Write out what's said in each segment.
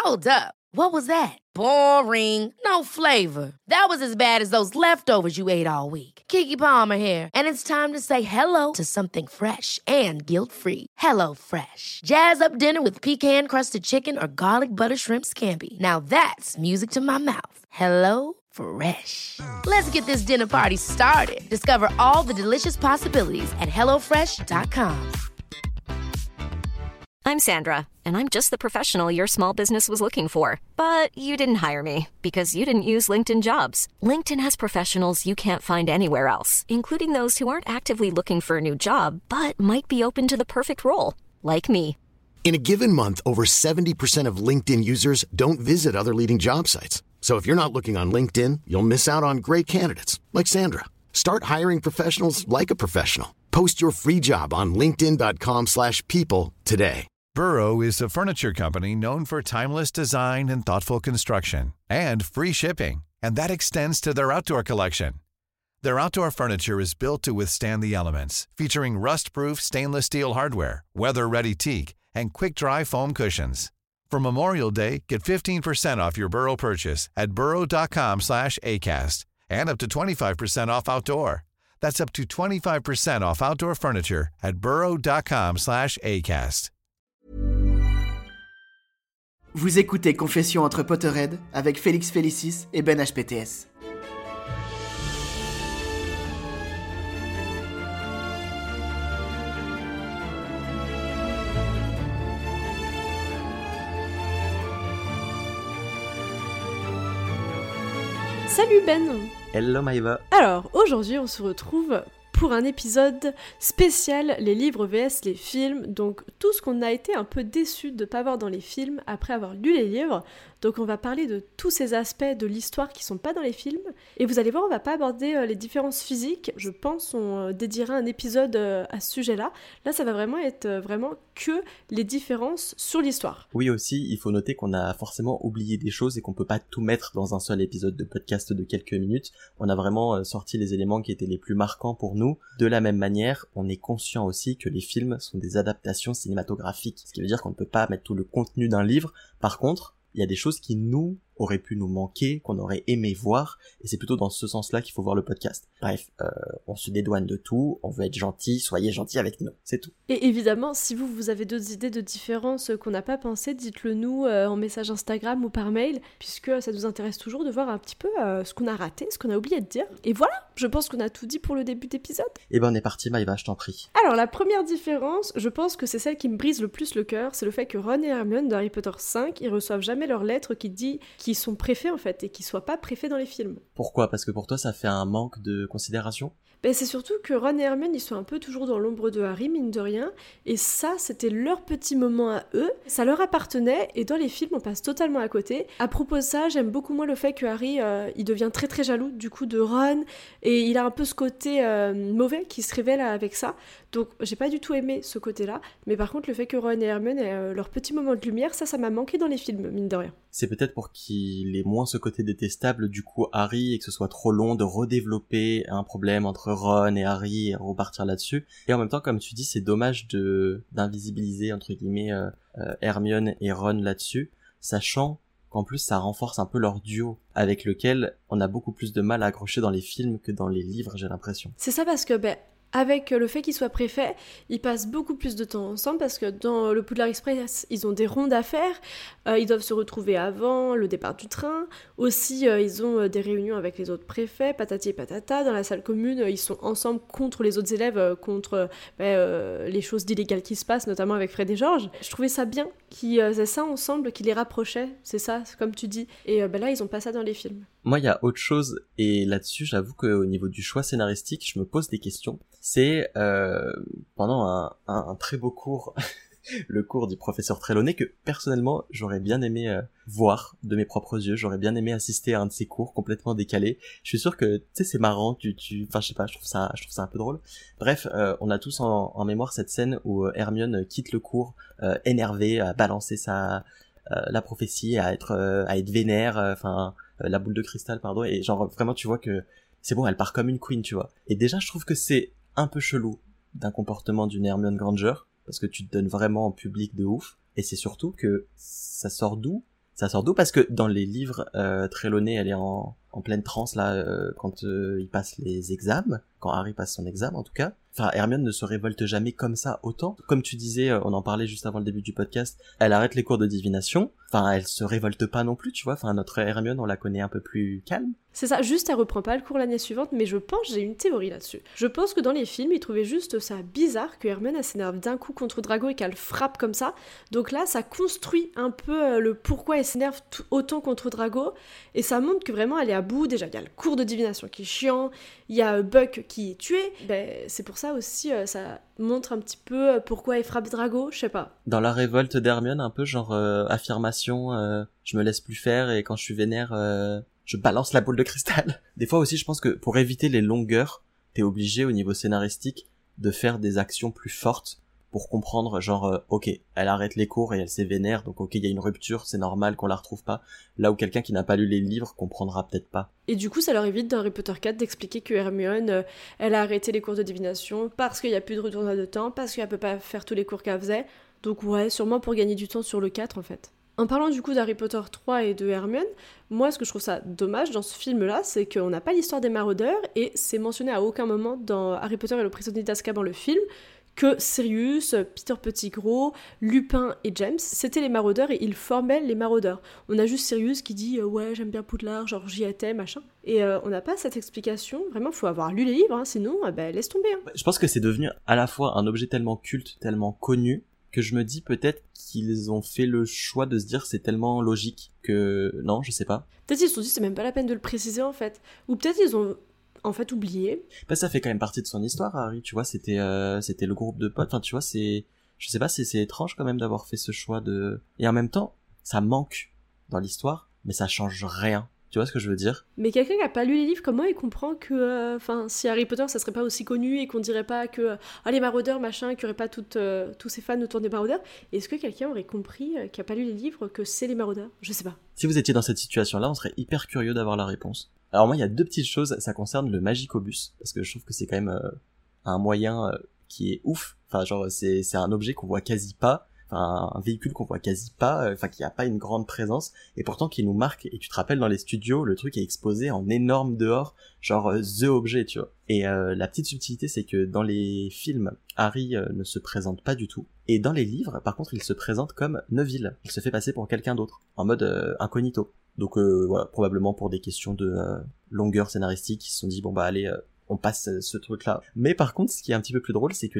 Hold up. What was that? Boring. No flavor. That was as bad as those leftovers you ate all week. Keke Palmer here, and it's time to say hello to something fresh and guilt-free. Hello Fresh. Jazz up dinner with pecan-crusted chicken or garlic butter shrimp scampi. Now that's music to my mouth. Hello Fresh. Let's get this dinner party started. Discover all the delicious possibilities at hellofresh.com. I'm Sandra, and I'm just the professional your small business was looking for. But you didn't hire me because you didn't use LinkedIn Jobs. LinkedIn has professionals you can't find anywhere else, including those who aren't actively looking for a new job, but might be open to the perfect role, like me. In a given month, over 70% of LinkedIn users don't visit other leading job sites. So if you're not looking on LinkedIn, you'll miss out on great candidates, like Sandra. Start hiring professionals like a professional. Post your free job on linkedin.com/people today. Burrow is a furniture company known for timeless design and thoughtful construction, and free shipping, and that extends to their outdoor collection. Their outdoor furniture is built to withstand the elements, featuring rust-proof stainless steel hardware, weather-ready teak, and quick-dry foam cushions. For Memorial Day, get 15% off your Burrow purchase at burrow.com/acast, and up to 25% off outdoor. That's up to 25% off outdoor furniture at burrow.com/acast. Vous écoutez Confessions entre Potterhead avec Félix Félicis et Ben HPTS. Salut Ben. Hello Maïva. Alors, aujourd'hui on se retrouve pour un épisode spécial les livres vs les films, donc tout ce qu'on a été un peu déçu de ne pas voir dans les films après avoir lu les livres. Donc on va parler de tous ces aspects de l'histoire qui sont pas dans les films, et vous allez voir on va pas aborder les différences physiques, je pense on dédiera un épisode à ce sujet-là. Là ça va vraiment être vraiment que les différences sur l'histoire. Oui aussi, il faut noter qu'on a forcément oublié des choses et qu'on peut pas tout mettre dans un seul épisode de podcast de quelques minutes. On a vraiment sorti les éléments qui étaient les plus marquants pour nous. De la même manière, on est conscient aussi que les films sont des adaptations cinématographiques, ce qui veut dire qu'on ne peut pas mettre tout le contenu d'un livre. Par contre, il y a des choses qui auraient pu nous manquer, qu'on aurait aimé voir, et c'est plutôt dans ce sens-là qu'il faut voir le podcast. Bref, on se dédouane de tout, on veut être gentil, soyez gentils avec nous, c'est tout. Et évidemment, si vous avez d'autres idées de différences qu'on n'a pas pensé, dites-le nous en message Instagram ou par mail, puisque ça nous intéresse toujours de voir un petit peu ce qu'on a raté, ce qu'on a oublié de dire. Et voilà, je pense qu'on a tout dit pour le début d'épisode. Eh ben on est parti Maïva, je t'en prie. Alors la première différence, je pense que c'est celle qui me brise le plus le cœur, c'est le fait que Ron et Hermione dans Harry Potter 5, ils reçoivent jamais leur lettre qui dit qu'ils sont préfets en fait, et qu'ils soient pas préfets dans les films. Pourquoi ? Parce que pour toi ça fait un manque de considération ? Ben c'est surtout que Ron et Hermione, ils sont un peu toujours dans l'ombre de Harry, mine de rien, et ça, c'était leur petit moment à eux, ça leur appartenait, et dans les films, on passe totalement à côté. À propos de ça, j'aime beaucoup moins le fait que Harry, il devient très très jaloux, du coup, de Ron, et il a un peu ce côté mauvais qui se révèle avec ça, donc j'ai pas du tout aimé ce côté-là, mais par contre, le fait que Ron et Hermione aient leur petit moment de lumière, ça m'a manqué dans les films, mine de rien. C'est peut-être pour qu'il ait moins ce côté détestable du coup Harry et que ce soit trop long de redévelopper un problème entre Ron et Harry et repartir là-dessus. Et en même temps, comme tu dis, c'est dommage d'invisibiliser entre guillemets Hermione et Ron là-dessus, sachant qu'en plus ça renforce un peu leur duo avec lequel on a beaucoup plus de mal à accrocher dans les films que dans les livres, j'ai l'impression. C'est ça parce que avec le fait qu'ils soient préfets, ils passent beaucoup plus de temps ensemble parce que dans le Poudlard Express, ils ont des rondes à faire, ils doivent se retrouver avant le départ du train, aussi ils ont des réunions avec les autres préfets, patati et patata, dans la salle commune, ils sont ensemble contre les autres élèves, contre les choses illégales qui se passent, notamment avec Fred et George. Je trouvais ça bien qu'ils aient ça ensemble, qui les rapprochait, c'est ça, comme tu dis, et là ils ont pas ça dans les films. Moi, il y a autre chose, et là-dessus, j'avoue qu'au niveau du choix scénaristique, je me pose des questions. C'est pendant un très beau cours, le cours du professeur Trelawney, que personnellement, j'aurais bien aimé voir de mes propres yeux. J'aurais bien aimé assister à un de ces cours complètement décalés. Je suis sûr que, tu sais, c'est marrant, enfin, je sais pas, je trouve ça un peu drôle. Bref, on a tous en mémoire cette scène où Hermione quitte le cours, énervée, à balancer la prophétie, à être vénère, la boule de cristal, pardon, et genre vraiment tu vois que c'est bon, elle part comme une queen, tu vois. Et déjà je trouve que c'est un peu chelou d'un comportement d'une Hermione Granger, parce que tu te donnes vraiment en public de ouf, et c'est surtout que ça sort d'où Ça sort d'où? Parce que dans les livres, Trelawney, elle est en pleine transe là quand il passe les examens, quand Harry passe son examen en tout cas. Enfin, Hermione ne se révolte jamais comme ça autant. Comme tu disais, on en parlait juste avant le début du podcast, elle arrête les cours de divination. Enfin, elle se révolte pas non plus, tu vois. Enfin, notre Hermione, on la connaît un peu plus calme. C'est ça, juste elle reprend pas le cours l'année suivante, mais je pense, j'ai une théorie là-dessus. Je pense que dans les films, ils trouvaient juste ça bizarre que Hermione elle s'énerve d'un coup contre Drago et qu'elle frappe comme ça. Donc là, ça construit un peu le pourquoi elle s'énerve autant contre Drago, et ça montre que vraiment elle est à bout. Déjà, il y a le cours de divination qui est chiant, il y a Buck qui est tué. C'est pour ça aussi, ça montre un petit peu pourquoi elle frappe Drago, je sais pas. Dans la révolte d'Hermione, un peu genre affirmation, je me laisse plus faire et quand je suis vénère, je balance la boule de cristal. Des fois aussi, je pense que pour éviter les longueurs, t'es obligé au niveau scénaristique de faire des actions plus fortes pour comprendre, genre, ok, elle arrête les cours et elle s'est vénère, donc ok, il y a une rupture, c'est normal qu'on la retrouve pas. Là où quelqu'un qui n'a pas lu les livres comprendra peut-être pas. Et du coup, ça leur évite dans Harry Potter 4 d'expliquer que Hermione, elle a arrêté les cours de divination parce qu'il y a plus de retournoi de temps, parce qu'elle peut pas faire tous les cours qu'elle faisait. Donc ouais, sûrement pour gagner du temps sur le 4 en fait. En parlant du coup d'Harry Potter 3 et de Hermione, moi ce que je trouve ça dommage dans ce film-là, c'est qu'on n'a pas l'histoire des maraudeurs, et c'est mentionné à aucun moment dans Harry Potter et le prisonnier d'Azkaban, le film, que Sirius, Peter Pettigrew, Lupin et James, c'était les maraudeurs et ils formaient les maraudeurs. On a juste Sirius qui dit ouais j'aime bien Poudlard, genre j'y étais, machin. Et on n'a pas cette explication, vraiment faut avoir lu les livres, hein, sinon laisse tomber. Hein. Je pense que c'est devenu à la fois un objet tellement culte, tellement connu, que je me dis peut-être qu'ils ont fait le choix de se dire c'est tellement logique que... Non, je sais pas. Peut-être ils se sont dit c'est même pas la peine de le préciser en fait. Ou peut-être ils ont en fait oublié. Bah ça fait quand même partie de son histoire, Harry, tu vois, c'était le groupe de potes, enfin tu vois, c'est... Je sais pas, c'est étrange quand même d'avoir fait ce choix de... Et en même temps, ça manque dans l'histoire, mais ça change rien. Tu vois ce que je veux dire? Mais quelqu'un qui a pas lu les livres, comment il comprend que... si Harry Potter, ça serait pas aussi connu et qu'on dirait pas que... les maraudeurs, machin, qu'il y aurait pas tous ces fans autour des maraudeurs. Est-ce que quelqu'un aurait compris, qui a pas lu les livres, que c'est les maraudeurs? Je sais pas. Si vous étiez dans cette situation-là, on serait hyper curieux d'avoir la réponse. Alors moi, il y a 2 petites choses, ça concerne le Magicobus, parce que je trouve que c'est quand même un moyen qui est ouf. Enfin, genre, c'est un objet qu'on voit quasi pas, un véhicule qu'on voit quasi pas, qui a pas une grande présence, et pourtant qui nous marque. Et tu te rappelles, dans les studios, le truc est exposé en énorme dehors, genre the objet, tu vois. Et la petite subtilité, c'est que dans les films, Harry ne se présente pas du tout, et dans les livres, par contre, il se présente comme Neville. Il se fait passer pour quelqu'un d'autre, en mode incognito. Donc voilà, probablement pour des questions de longueur scénaristique, ils se sont dit bon bah allez, on passe ce truc-là. Mais par contre, ce qui est un petit peu plus drôle, c'est que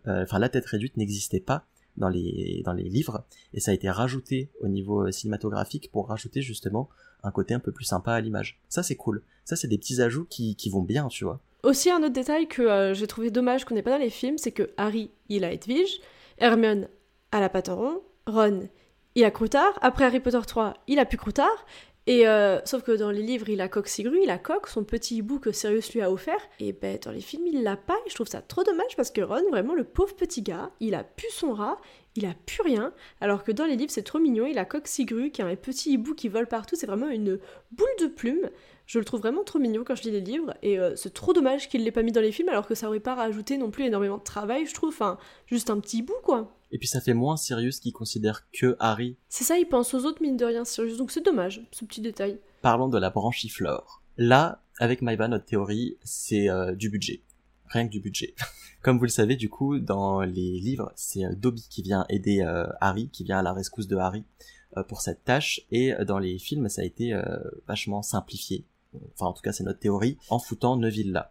la tête réduite n'existait pas dans les livres, et ça a été rajouté au niveau cinématographique pour rajouter justement un côté un peu plus sympa à l'image. Ça c'est cool. Ça c'est des petits ajouts qui vont bien, tu vois. Aussi un autre détail que j'ai trouvé dommage qu'on n'ait pas dans les films, c'est que Harry, il a Edwige, Hermione, elle a Pateron, Ron, il a Croutard, après Harry Potter 3, il a plus Croutard, et sauf que dans les livres, il a Coxigru, il a Coq, son petit hibou que Sirius lui a offert, et dans les films, il l'a pas, et je trouve ça trop dommage parce que Ron, vraiment le pauvre petit gars, il a plus son rat, il a plus rien, alors que dans les livres, c'est trop mignon, il a Coxigru qui a un petit hibou qui vole partout, c'est vraiment une boule de plumes. Je le trouve vraiment trop mignon quand je lis les livres, et c'est trop dommage qu'il l'ait pas mis dans les films, alors que ça aurait pas rajouté non plus énormément de travail, je trouve, juste un petit bout, quoi. Et puis ça fait moins Sirius qui considère que Harry. C'est ça, il pense aux autres, mine de rien, Sirius, donc c'est dommage, ce petit détail. Parlons de la branchiflore. Là, avec Maïva, notre théorie, c'est du budget. Rien que du budget. Comme vous le savez, du coup, dans les livres, c'est Dobby qui vient aider Harry, qui vient à la rescousse de Harry pour cette tâche, et dans les films, ça a été vachement simplifié. Enfin, en tout cas, c'est notre théorie, en foutant Neville là.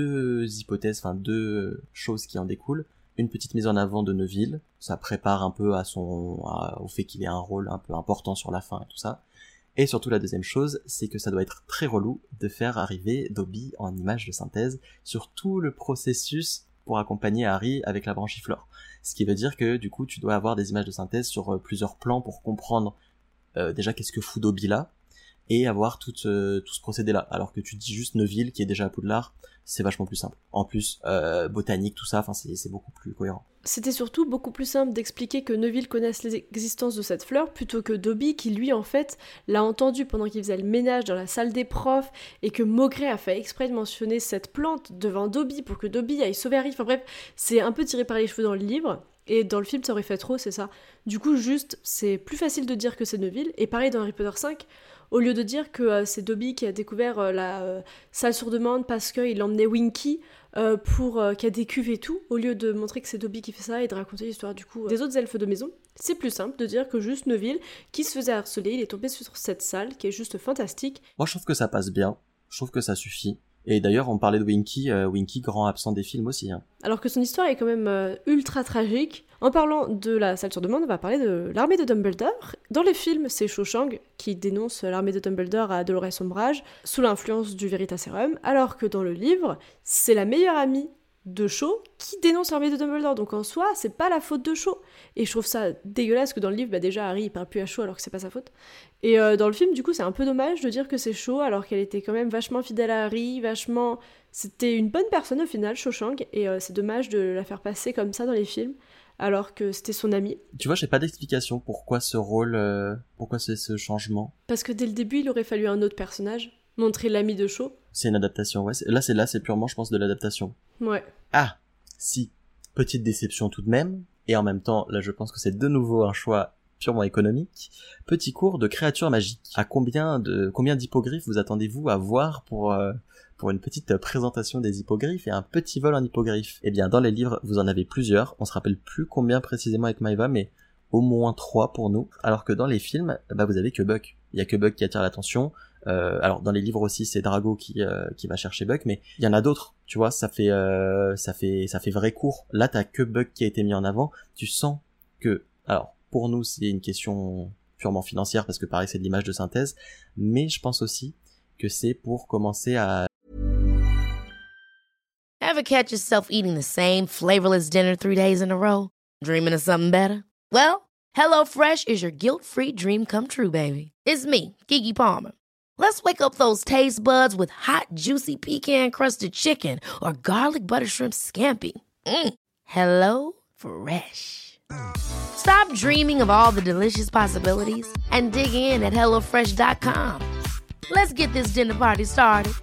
2 hypothèses, 2 choses qui en découlent. Une petite mise en avant de Neville, ça prépare un peu au fait qu'il ait un rôle un peu important sur la fin et tout ça. Et surtout la deuxième chose, c'est que ça doit être très relou de faire arriver Dobby en image de synthèse sur tout le processus pour accompagner Harry avec la branchiflore. Ce qui veut dire que du coup tu dois avoir des images de synthèse sur plusieurs plans pour comprendre déjà qu'est-ce que fout Dobby là, et avoir tout ce procédé-là. Alors que tu dis juste Neville qui est déjà à Poudlard, c'est vachement plus simple. En plus, botanique, tout ça, c'est beaucoup plus cohérent. C'était surtout beaucoup plus simple d'expliquer que Neville connaisse l'existence de cette fleur plutôt que Dobby qui, lui, en fait, l'a entendu pendant qu'il faisait le ménage dans la salle des profs et que Maugrey a fait exprès de mentionner cette plante devant Dobby pour que Dobby aille sauver Harry. Enfin bref, c'est un peu tiré par les cheveux dans le livre. Et dans le film, ça aurait fait trop, c'est ça. Du coup, juste, c'est plus facile de dire que c'est Neville. Et pareil dans Harry Potter 5, au lieu de dire que c'est Dobby qui a découvert la salle sur demande parce qu'il emmenait Winky qui a des cuves et tout, au lieu de montrer que c'est Dobby qui fait ça et de raconter l'histoire du coup des autres elfes de maison, c'est plus simple de dire que juste Neville, qui se faisait harceler, il est tombé sur cette salle qui est juste fantastique. Moi, je trouve que ça passe bien. Je trouve que ça suffit. Et d'ailleurs, on parlait de Winky, Winky, grand absent des films aussi. Hein. Alors que son histoire est quand même ultra tragique. En parlant de la salle sur demande, on va parler de l'armée de Dumbledore. Dans les films, c'est Cho Chang qui dénonce l'armée de Dumbledore à Dolores Umbridge sous l'influence du Veritaserum, alors que dans le livre, c'est la meilleure amie de Cho qui dénonce l'armée de Dumbledore. Donc en soi, c'est pas la faute de Cho. Et je trouve ça dégueulasse que dans le livre, déjà Harry il parle plus à Cho alors que c'est pas sa faute. Et dans le film, du coup, c'est un peu dommage de dire que c'est Cho alors qu'elle était quand même vachement fidèle à Harry, C'était une bonne personne au final, Cho Chang, et c'est dommage de la faire passer comme ça dans les films, alors que c'était son amie. Tu vois, j'ai pas d'explication pourquoi ce rôle, pourquoi c'est ce changement. Parce que dès le début, il aurait fallu un autre personnage, montrer l'ami de Cho. C'est une adaptation, ouais. Là, c'est purement, je pense, de l'adaptation. Ouais. Ah, si. Petite déception tout de même. Et en même temps, là, je pense que c'est de nouveau un choix purement économique. Petit cours de créatures magiques. À combien d'hippogriffes vous attendez-vous à voir pour une petite présentation des hippogriffes et un petit vol en hippogriffes? Eh bien, dans les livres, vous en avez plusieurs. On se rappelle plus combien précisément avec Maëva, mais au moins 3 pour nous. Alors que dans les films, vous avez que Buck. Il y a que Buck qui attire l'attention. Alors dans les livres aussi, c'est Drago qui va chercher Buck, mais il y en a d'autres. Tu vois, ça fait vrai cours. Là, t'as que Buck qui a été mis en avant. Tu sens que, alors pour nous, c'est une question purement financière parce que pareil, c'est de l'image de synthèse, mais je pense aussi que c'est pour commencer à. Ever catch yourself eating the same flavorless dinner 3 days in a row? Dreaming of something better? Well, HelloFresh is your guilt-free dream come true, baby. It's me, Keke Palmer. Let's wake up those taste buds with hot, juicy pecan-crusted chicken or garlic butter shrimp scampi. Hello Fresh. Stop dreaming of all the delicious possibilities and dig in at HelloFresh.com. Let's get this dinner party started.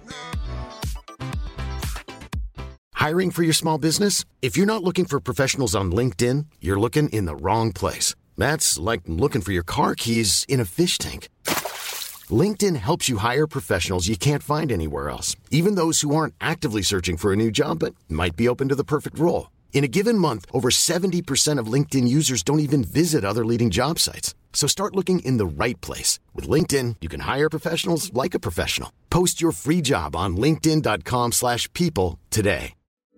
Hiring for your small business? If you're not looking for professionals on LinkedIn, you're looking in the wrong place. That's like looking for your car keys in a fish tank. LinkedIn helps you hire professionals you can't find anywhere else, even those who aren't actively searching for a new job but might be open to the perfect role. In a given month, over 70% of LinkedIn users don't even visit other leading job sites. So start looking in the right place. With LinkedIn, you can hire professionals like a professional. Post your free job on linkedin.com/people today.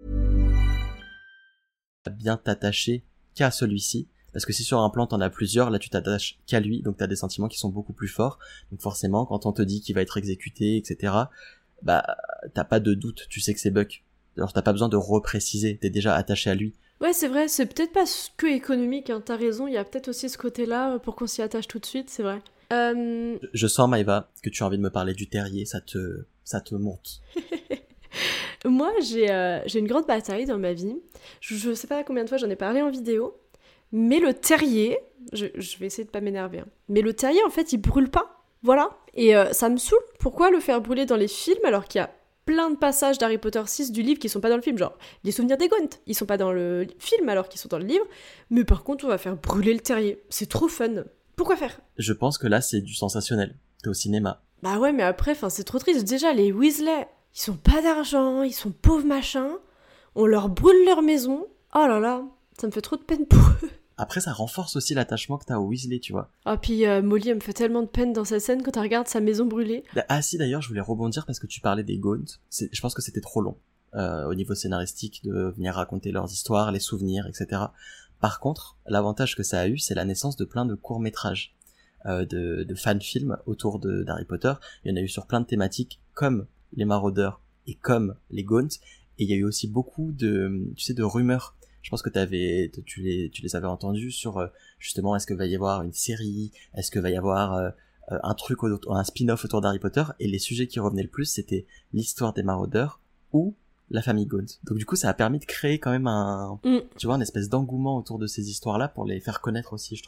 Bien t'attacher qu'à celui-ci. Parce que si sur un plan t'en as plusieurs, là tu t'attaches qu'à lui, donc t'as des sentiments qui sont beaucoup plus forts. Donc forcément, quand on te dit qu'il va être exécuté, etc., t'as pas de doute, tu sais que c'est Buck. Alors t'as pas besoin de repréciser, t'es déjà attaché à lui. Ouais, c'est vrai, c'est peut-être pas que économique, hein, t'as raison, il y a peut-être aussi ce côté-là pour qu'on s'y attache tout de suite, c'est vrai. Je sens, Maëva, que tu as envie de me parler du terrier, ça te monte. Moi, j'ai une grande bataille dans ma vie. Je sais pas combien de fois j'en ai parlé en vidéo. Mais le terrier, je vais essayer de pas m'énerver, hein. Mais le terrier, en fait, il brûle pas. Voilà. Et ça me saoule. Pourquoi le faire brûler dans les films alors qu'il y a plein de passages d'Harry Potter 6 du livre qui sont pas dans le film, genre les souvenirs des Gaunt, ils sont pas dans le film alors qu'ils sont dans le livre. Mais par contre, on va faire brûler le terrier. C'est trop fun. Pourquoi faire ? Je pense que là, c'est du sensationnel. T'es au cinéma. Bah ouais, mais après, c'est trop triste. Déjà, les Weasley, ils sont pas d'argent, ils sont pauvres machins. On leur brûle leur maison. Oh là là, ça me fait trop de peine pour eux. Après, ça renforce aussi l'attachement que t'as au Weasley, tu vois. Ah, puis Molly, elle me fait tellement de peine dans cette scène quand elle regarde sa maison brûlée. Ah si, d'ailleurs, je voulais rebondir parce que tu parlais des Gaunt. Je pense que c'était trop long au niveau scénaristique de venir raconter leurs histoires, les souvenirs, etc. Par contre, l'avantage que ça a eu, c'est la naissance de plein de courts-métrages, de fan-films autour d'Harry Potter. Il y en a eu sur plein de thématiques, comme les Maraudeurs et comme les Gaunt. Et il y a eu aussi beaucoup de rumeurs. Je pense que tu les avais entendus sur justement est-ce que va y avoir une série, est-ce que va y avoir un spin-off autour d'Harry Potter, et les sujets qui revenaient le plus c'était l'histoire des Maraudeurs ou la famille Gaunt. Donc du coup ça a permis de créer quand même un espèce d'engouement autour de ces histoires-là pour les faire connaître aussi, je trouve.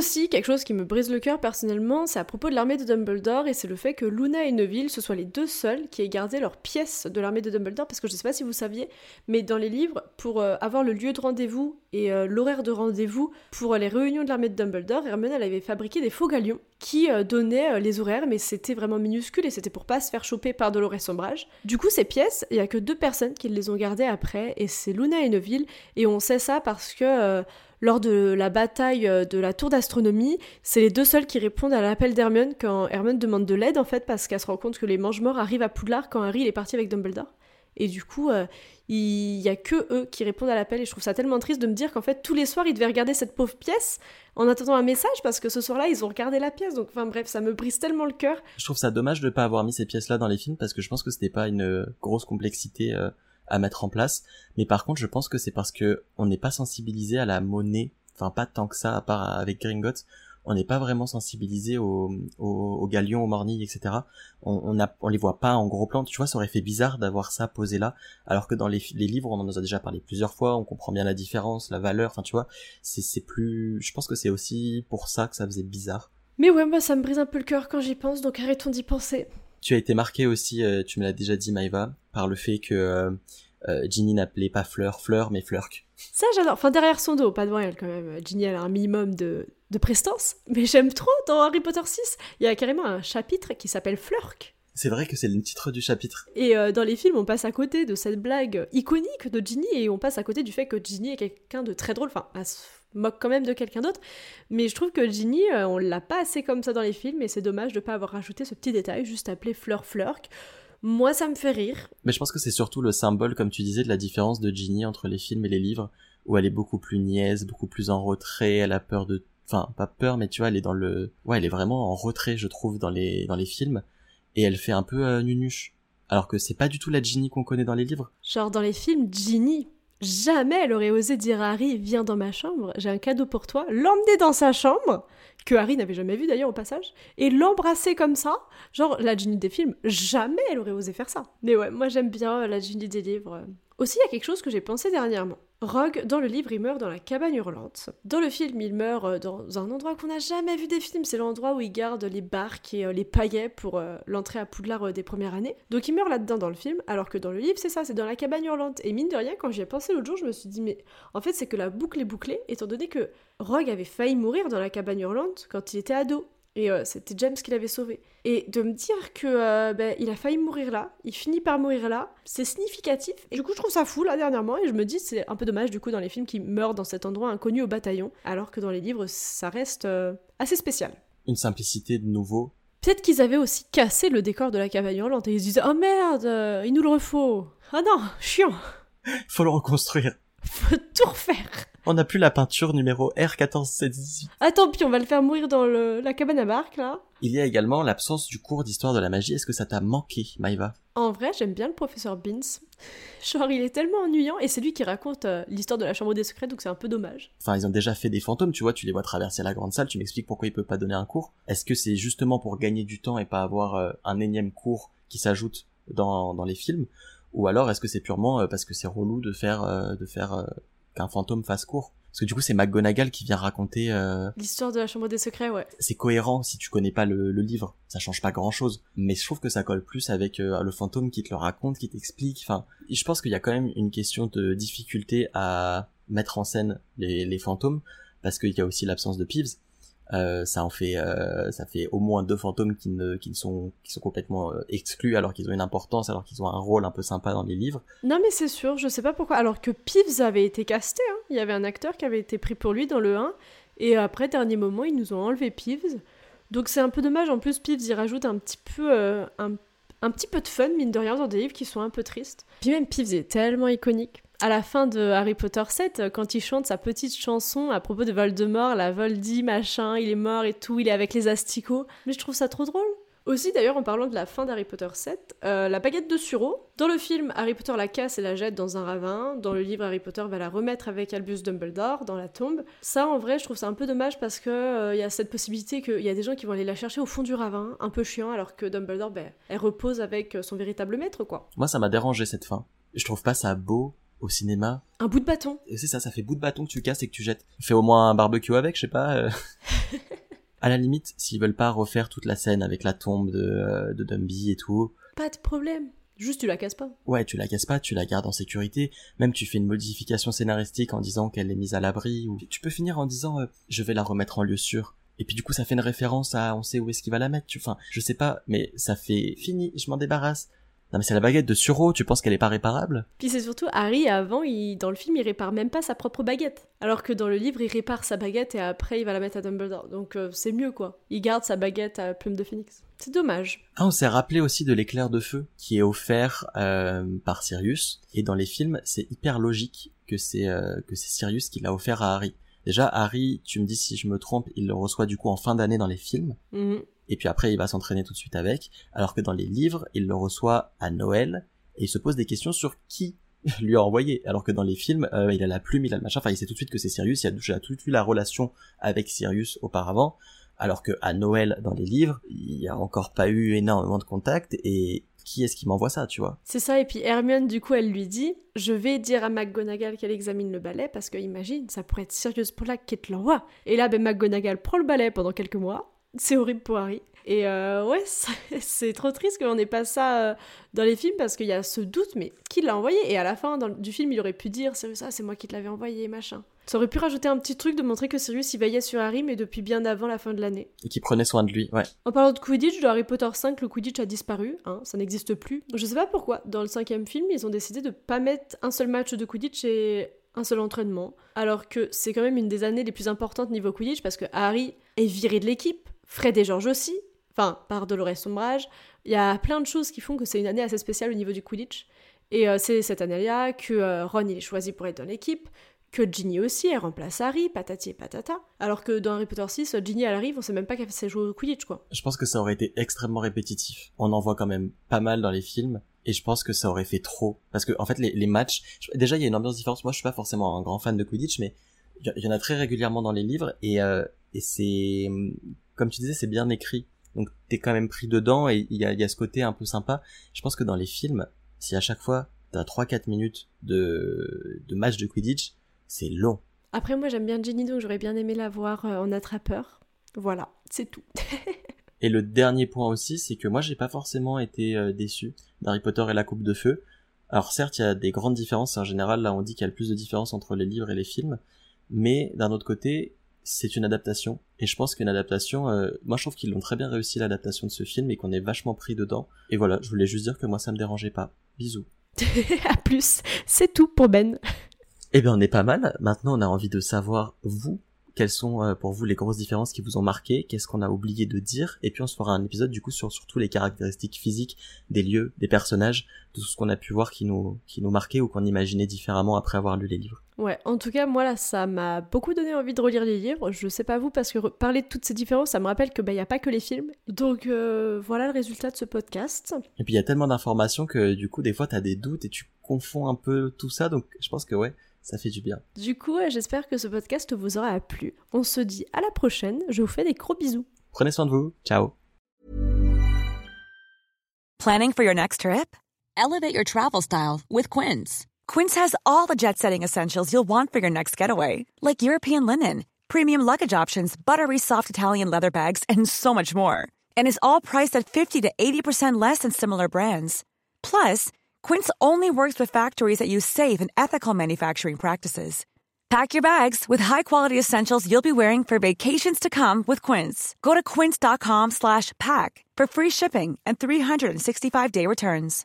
Aussi, quelque chose qui me brise le cœur personnellement, c'est à propos de l'armée de Dumbledore, et c'est le fait que Luna et Neville, ce soient les deux seuls qui aient gardé leur pièce de l'armée de Dumbledore, parce que je sais pas si vous saviez, mais dans les livres, pour avoir le lieu de rendez-vous et l'horaire de rendez-vous pour les réunions de l'armée de Dumbledore, Hermione, elle avait fabriqué des faux galions qui donnaient les horaires, mais c'était vraiment minuscule et c'était pour pas se faire choper par Dolores Umbridge. Du coup, ces pièces, il y a que 2 personnes qui les ont gardées après, et c'est Luna et Neville, et on sait ça parce que lors de la bataille de la tour d'astronomie, c'est les 2 seuls qui répondent à l'appel d'Hermione quand Hermione demande de l'aide, en fait, parce qu'elle se rend compte que les Mange-Morts arrivent à Poudlard quand Harry il est parti avec Dumbledore. Et du coup, il y a que eux qui répondent à l'appel, et je trouve ça tellement triste de me dire qu'en fait, tous les soirs, ils devaient regarder cette pauvre pièce en attendant un message, parce que ce soir-là, ils ont regardé la pièce, donc enfin bref, ça me brise tellement le cœur. Je trouve ça dommage de pas avoir mis ces pièces-là dans les films, parce que je pense que c'était pas une grosse complexité à mettre en place, mais par contre, je pense que c'est parce que on n'est pas sensibilisé à la monnaie, enfin pas tant que ça, à part avec Gringotts, on n'est pas vraiment sensibilisé aux galions, aux mornilles, etc. On les voit pas en gros plan. Tu vois, ça aurait fait bizarre d'avoir ça posé là, alors que dans les livres, on en a déjà parlé plusieurs fois, on comprend bien la différence, la valeur, enfin tu vois, c'est plus... Je pense que c'est aussi pour ça que ça faisait bizarre. Mais ouais, moi ça me brise un peu le cœur quand j'y pense, donc arrêtons d'y penser. Tu as été marqué aussi, tu me l'as déjà dit Maëva, par le fait que Ginny n'appelait pas Fleur, mais Flurk. Ça j'adore, enfin derrière son dos, pas devant elle quand même. Ginny elle a un minimum de prestance, mais j'aime trop dans Harry Potter 6, il y a carrément un chapitre qui s'appelle Flurk. C'est vrai que c'est le titre du chapitre. Et dans les films, on passe à côté de cette blague iconique de Ginny, et on passe à côté du fait que Ginny est quelqu'un de très drôle, enfin elle se moque quand même de quelqu'un d'autre, mais je trouve que Ginny, on l'a pas assez comme ça dans les films, et c'est dommage de pas avoir rajouté ce petit détail, juste appelé Flurk. Moi, ça me fait rire. Mais je pense que c'est surtout le symbole, comme tu disais, de la différence de Ginny entre les films et les livres, où elle est beaucoup plus niaise, beaucoup plus en retrait, elle a peur de... Enfin, pas peur, mais tu vois, elle est dans le... Ouais, elle est vraiment en retrait, je trouve, dans les films, et elle fait un peu nunuche. Alors que c'est pas du tout la Ginny qu'on connaît dans les livres. Genre, dans les films, Ginny, jamais elle aurait osé dire à Harry « Viens dans ma chambre, j'ai un cadeau pour toi », l'emmener dans sa chambre, que Harry n'avait jamais vu d'ailleurs au passage, et l'embrasser comme ça. Genre, la Ginny des films, jamais elle aurait osé faire ça. Mais ouais, moi j'aime bien la Ginny des livres. Aussi, il y a quelque chose que j'ai pensé dernièrement. Rogue, dans le livre, il meurt dans la cabane hurlante. Dans le film, il meurt dans un endroit qu'on n'a jamais vu des films. C'est l'endroit où il garde les barques et les paillets pour l'entrée à Poudlard des premières années. Donc il meurt là-dedans dans le film, alors que dans le livre, c'est ça, c'est dans la cabane hurlante. Et mine de rien, quand j'y ai pensé l'autre jour, je me suis dit, mais en fait, c'est que la boucle est bouclée, étant donné que Rogue avait failli mourir dans la cabane hurlante quand il était ado. Et c'était James qui l'avait sauvé. Et de me dire que il a failli mourir là, il finit par mourir là, c'est significatif. Et du coup, je trouve ça fou là dernièrement, et je me dis c'est un peu dommage du coup dans les films qu'il meurt dans cet endroit inconnu au bataillon, alors que dans les livres, ça reste assez spécial. Une simplicité de nouveau. Peut-être qu'ils avaient aussi cassé le décor de la cabane hurlante et ils se disaient oh merde, il nous le refaut. Ah non, chiant. Faut le reconstruire. Faut tout refaire. On n'a plus la peinture numéro R14718. Ah tant pis, on va le faire mourir dans la cabane à barque, là. Il y a également l'absence du cours d'histoire de la magie. Est-ce que ça t'a manqué, Maëva ? En vrai, j'aime bien le professeur Beans. Genre, il est tellement ennuyant, et c'est lui qui raconte l'histoire de la chambre des secrets, donc c'est un peu dommage. Enfin, ils ont déjà fait des fantômes, tu vois, tu les vois traverser la grande salle, tu m'expliques pourquoi il peut pas donner un cours. Est-ce que c'est justement pour gagner du temps et pas avoir un énième cours qui s'ajoute dans les films ? Ou alors est-ce que c'est purement parce que c'est relou de faire qu'un fantôme fasse cours ? Parce que du coup c'est McGonagall qui vient raconter... L'histoire de la chambre des secrets, ouais. C'est cohérent si tu connais pas le livre, ça change pas grand chose. Mais je trouve que ça colle plus avec le fantôme qui te le raconte, qui t'explique, enfin... Je pense qu'il y a quand même une question de difficulté à mettre en scène les fantômes, parce qu'il y a aussi l'absence de Peeves. Ça fait au moins 2 fantômes qui sont complètement exclus alors qu'ils ont une importance, alors qu'ils ont un rôle un peu sympa dans les livres. Non mais c'est sûr, je sais pas pourquoi, alors que Peeves avait été casté, hein. Il y avait un acteur qui avait été pris pour lui dans le 1, et après, dernier moment, ils nous ont enlevé Peeves, donc c'est un peu dommage. En plus Peeves y rajoute un petit peu un petit peu de fun, mine de rien, dans des livres qui sont un peu tristes. Puis même Peeves est tellement iconique. À la fin de Harry Potter 7, quand il chante sa petite chanson à propos de Voldemort, la Voldy, machin, il est mort et tout, il est avec les asticots. Mais je trouve ça trop drôle. Aussi, d'ailleurs, en parlant de la fin d'Harry Potter 7, la baguette de Suro. Dans le film, Harry Potter la casse et la jette dans un ravin. Dans le livre, Harry Potter va la remettre avec Albus Dumbledore dans la tombe. Ça, en vrai, je trouve ça un peu dommage parce que y a cette possibilité qu'il y a des gens qui vont aller la chercher au fond du ravin, un peu chiant, alors que Dumbledore, elle repose avec son véritable maître, quoi. Moi, ça m'a dérangé cette fin. Je trouve pas ça beau au cinéma. Un bout de bâton. Et c'est ça fait bout de bâton que tu casses et que tu jettes. Fais au moins un barbecue avec, je sais pas. À la limite, s'ils veulent pas refaire toute la scène avec la tombe de Dumby et tout... Pas de problème. Juste, tu la casses pas. Ouais, tu la casses pas, tu la gardes en sécurité. Même tu fais une modification scénaristique en disant qu'elle est mise à l'abri. Ou tu peux finir en disant je vais la remettre en lieu sûr. Et puis du coup, ça fait une référence à on sait où est-ce qu'il va la mettre. Enfin, je sais pas, mais ça fait fini, je m'en débarrasse. Non mais c'est la baguette de Suro, tu penses qu'elle est pas réparable ? Puis c'est surtout, Harry, avant, dans le film, il répare même pas sa propre baguette. Alors que dans le livre, il répare sa baguette et après, il va la mettre à Dumbledore. Donc c'est mieux, quoi. Il garde sa baguette à Plume de Phénix. C'est dommage. Ah, on s'est rappelé aussi de l'éclair de feu qui est offert par Sirius. Et dans les films, c'est hyper logique que c'est Sirius qui l'a offert à Harry. Déjà, Harry, tu me dis si je me trompe, il le reçoit du coup en fin d'année dans les films. Et puis après, il va s'entraîner tout de suite avec. Alors que dans les livres, il le reçoit à Noël. Et il se pose des questions sur qui lui a envoyé. Alors que dans les films, il a la plume, il a le machin. Enfin, il sait tout de suite que c'est Sirius. Il a déjà tout de suite la relation avec Sirius auparavant. Alors que à Noël, dans les livres, il y a encore pas eu énormément de contacts. Et qui est-ce qui m'envoie ça, tu vois ? C'est ça, et puis Hermione, du coup, elle lui dit « Je vais dire à McGonagall qu'elle examine le balai, parce que, imagine, ça pourrait être Sirius Black qui te l'envoie. » Et là, McGonagall prend le balai pendant quelques mois. C'est horrible pour Harry. Et ouais, c'est trop triste qu'on n'ait pas ça dans les films, parce qu'il y a ce doute, mais qui l'a envoyé ? Et à la fin du film, il aurait pu dire « Sirius, c'est moi qui te l'avais envoyé, machin. » Ça aurait pu rajouter un petit truc de montrer que Sirius, il veillait sur Harry, mais depuis bien avant la fin de l'année. Et qui prenait soin de lui, ouais. En parlant de Quidditch, dans Harry Potter 5, le Quidditch a disparu, ça n'existe plus. Je sais pas pourquoi, dans le 5e film, ils ont décidé de pas mettre un seul match de Quidditch et un seul entraînement, alors que c'est quand même une des années les plus importantes niveau Quidditch, parce que Harry est viré de l'équipe, Fred et George aussi, par Dolores Sombrage. Il y a plein de choses qui font que c'est une année assez spéciale au niveau du Quidditch. Et c'est cette année-là que Ron il est choisi pour être dans l'équipe, que Ginny aussi, elle remplace Harry, patati et patata. Alors que dans Harry Potter 6, Ginny, elle arrive, on sait même pas qu'elle sait jouer au Quidditch, quoi. Je pense que ça aurait été extrêmement répétitif. On en voit quand même pas mal dans les films, et je pense que ça aurait fait trop. Parce que, en fait, les matchs, déjà, il y a une ambiance différente. Moi, je suis pas forcément un grand fan de Quidditch, mais il y en a très régulièrement dans les livres, et c'est, comme tu disais, c'est bien écrit. Donc, t'es quand même pris dedans, et il y a ce côté un peu sympa. Je pense que dans les films, si à chaque fois, t'as 3-4 minutes de match de Quidditch, c'est long. Après, moi, j'aime bien Ginny, donc j'aurais bien aimé la voir en attrapeur. Voilà, c'est tout. Et le dernier point aussi, c'est que moi, j'ai pas forcément été déçu d'Harry Potter et la Coupe de Feu. Alors certes, il y a des grandes différences. En général, là, on dit qu'il y a le plus de différences entre les livres et les films. Mais d'un autre côté, c'est une adaptation. Et je pense qu'une adaptation... moi, je trouve qu'ils l'ont très bien réussi, l'adaptation de ce film, et qu'on est vachement pris dedans. Et voilà, je voulais juste dire que moi, ça me dérangeait pas. Bisous. À plus, c'est tout pour Ben. Eh bien, on est pas mal. Maintenant, on a envie de savoir, vous, quelles sont pour vous les grosses différences qui vous ont marqué, qu'est-ce qu'on a oublié de dire, et puis on se fera un épisode du coup sur surtout les caractéristiques physiques des lieux, des personnages, de tout ce qu'on a pu voir qui nous marquait ou qu'on imaginait différemment après avoir lu les livres. Ouais, en tout cas, moi là, ça m'a beaucoup donné envie de relire les livres. Je sais pas vous, parce que parler de toutes ces différences, ça me rappelle que y a pas que les films. Donc voilà le résultat de ce podcast. Et puis il y a tellement d'informations que du coup, des fois, t'as des doutes et tu confonds un peu tout ça, donc je pense que ouais, ça fait du bien. Du coup, j'espère que ce podcast vous aura plu. On se dit à la prochaine. Je vous fais des gros bisous. Prenez soin de vous. Ciao. Planning for your next trip? Elevate your travel style with Quince. Quince has all the jet-setting essentials you'll want for your next getaway, like European linen, premium luggage options, buttery soft Italian leather bags, and so much more. And is all priced at 50 to 80% less than similar brands. Plus, Quince only works with factories that use safe and ethical manufacturing practices. Pack your bags with high-quality essentials you'll be wearing for vacations to come with Quince. Go to quince.com/pack for free shipping and 365-day returns.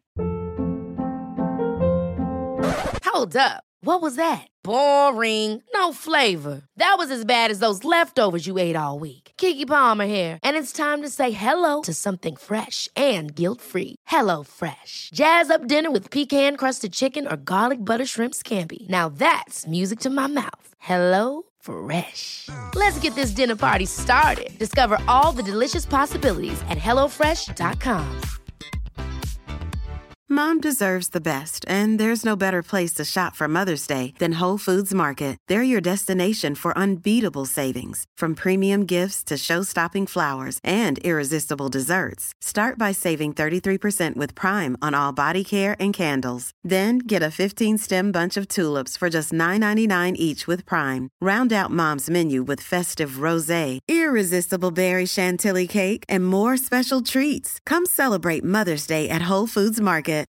Hold up. What was that? Boring. No flavor. That was as bad as those leftovers you ate all week. Keke Palmer here, and it's time to say hello to something fresh and guilt-free. Hello Fresh. Jazz up dinner with pecan-crusted chicken or garlic butter shrimp scampi. Now that's music to my mouth. Hello Fresh. Let's get this dinner party started. Discover all the delicious possibilities at hellofresh.com. Mom deserves the best, and there's no better place to shop for Mother's Day than Whole Foods Market. They're your destination for unbeatable savings, from premium gifts to show-stopping flowers and irresistible desserts. Start by saving 33% with Prime on all body care and candles. Then get a 15-stem bunch of tulips for just $9.99 each with Prime. Round out Mom's menu with festive rosé, irresistible berry chantilly cake, and more special treats. Come celebrate Mother's Day at Whole Foods Market.